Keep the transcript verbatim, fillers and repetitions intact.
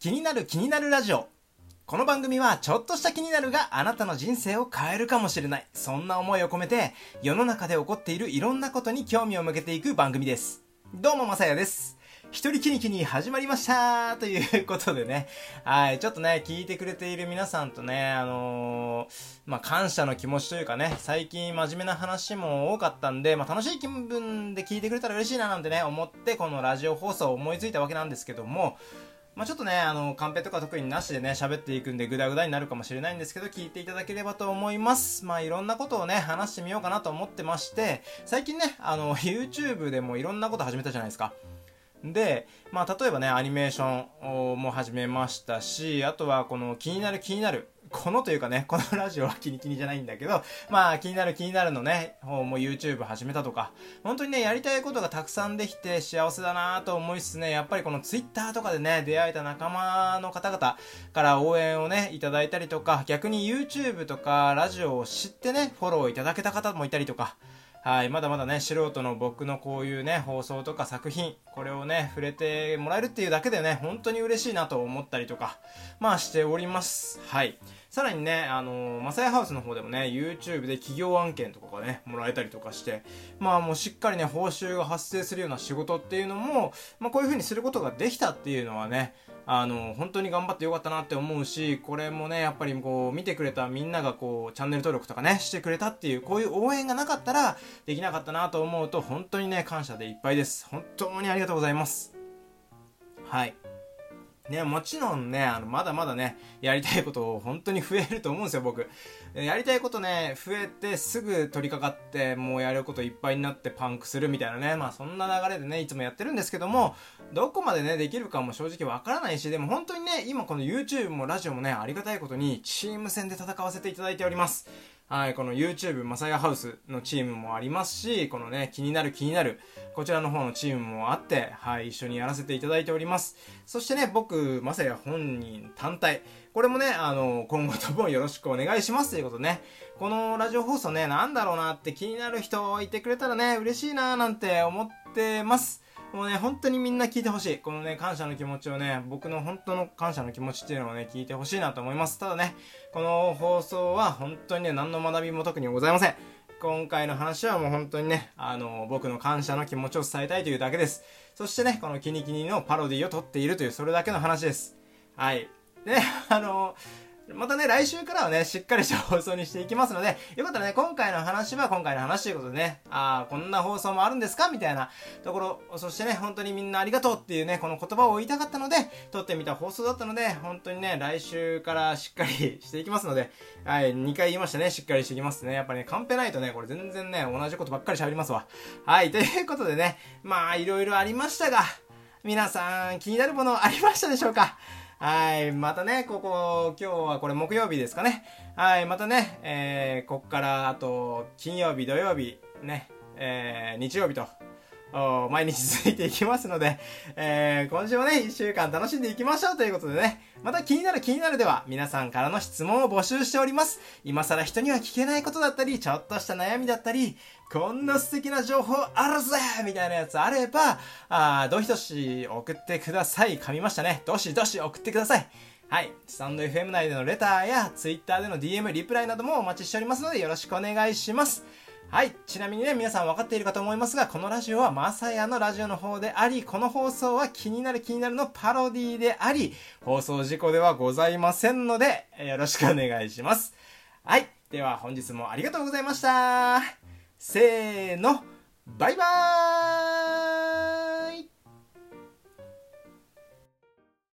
気になる気になるラジオ。この番組はちょっとした気になるがあなたの人生を変えるかもしれない、そんな思いを込めて世の中で起こっているいろんなことに興味を向けていく番組です。どうもまさやです。一人キニキニ始まりましたということでね、はい、ちょっとね聞いてくれている皆さんとね、あのー、まあ感謝の気持ちというかね、最近真面目な話も多かったんで、まあ楽しい気分で聞いてくれたら嬉しいななんてね思ってこのラジオ放送を思いついたわけなんですけども、まあちょっとね、あの、カンペとか特になしでね、喋っていくんでグダグダになるかもしれないんですけど、聞いていただければと思います。まあいろんなことをね、話してみようかなと思ってまして、最近ね、あの、YouTube でもいろんなこと始めたじゃないですか。で、まあ例えばね、アニメーションも始めましたし、あとはこの気になる気になる、このというかね、このラジオは気に気にじゃないんだけど、まあ気になる気になるのね、方も YouTube 始めたとか、本当にね、やりたいことがたくさんできて幸せだなと思いつつね、やっぱりこの Twitter とかでね、出会えた仲間の方々から応援をね、いただいたりとか、逆に YouTube とかラジオを知ってね、フォローいただけた方もいたりとか、はい、まだまだね、素人の僕のこういうね、放送とか作品、これをね、触れてもらえるっていうだけでね、本当に嬉しいなと思ったりとか、まあしております。はい。さらにね、あのー、マサヤハウスの方でもね、YouTube で企業案件とかがね、もらえたりとかして、まあもうしっかりね、報酬が発生するような仕事っていうのも、まあこういう風にすることができたっていうのはね、あのー、本当に頑張ってよかったなって思うし、これもね、やっぱりこう、見てくれたみんながこう、チャンネル登録とかね、してくれたっていう、こういう応援がなかったら、できなかったなと思うと、本当にね、感謝でいっぱいです。本当にありがとうございます。はい。ね、もちろんね、あの、まだまだね、やりたいこと本当に増えると思うんですよ、僕。やりたいことね、増えてすぐ取り掛かって、もうやることいっぱいになってパンクするみたいなね、まあそんな流れでね、いつもやってるんですけども、どこまでね、できるかも正直わからないし、でも本当にね、今この YouTube もラジオもね、ありがたいことに、チーム戦で戦わせていただいております。はい、この YouTube マサヤハウスのチームもありますし、このね、気になる気になる、こちらの方のチームもあって、はい、一緒にやらせていただいております。そしてね、僕、マサヤ本人単体、これもね、あの、今後ともよろしくお願いしますということでね、このラジオ放送ね、なんだろうなって気になる人いてくれたらね、嬉しいななんて思ってます。もうね、本当にみんな聞いてほしい。このね、感謝の気持ちをね、僕の本当の感謝の気持ちっていうのをね、聞いてほしいなと思います。ただね、この放送は本当にね、何の学びも特にございません。今回の話はもう本当にね、あの、僕の感謝の気持ちを伝えたいというだけです。そしてね、このキニキニのパロディを撮っているという、それだけの話です。はい。で、あの、またね、来週からはね、しっかりした放送にしていきますので、よかったらね、今回の話は今回の話ということでね、あー、こんな放送もあるんですかみたいなところ、そしてね、本当にみんなありがとうっていうね、この言葉を言いたかったので、撮ってみた放送だったので、本当にね、来週からしっかりしていきますので、はい、にかい言いましたね、しっかりしていきますね。やっぱりね、カンペないとね、これ全然ね、同じことばっかり喋りますわ。はい、ということでね、まあ、いろいろありましたが、皆さん、気になるものありましたでしょうか？はい。またね、ここ、今日はこれ木曜日ですかね。はい。またね、えー、こっから、あと、金曜日、土曜日、ね、えー、日曜日と、毎日続いていきますので、えー、今週もね、一週間楽しんでいきましょうということでね、また気になる気になるでは、皆さんからの質問を募集しております。今更人には聞けないことだったり、ちょっとした悩みだったり、こんな素敵な情報あるぜみたいなやつあれば、あどしどし送ってください。噛みましたね。どしどし送ってください。はい。スタンド エフエム 内でのレターや、ツイッターでの ディーエム、リプライなどもお待ちしておりますので、よろしくお願いします。はい。ちなみにね、皆さん分かっているかと思いますが、このラジオはマサヤのラジオの方であり、この放送は気になる気になるのパロディであり、放送事故ではございませんので、よろしくお願いします。はい。では本日もありがとうございました。せーの、バイバーイ。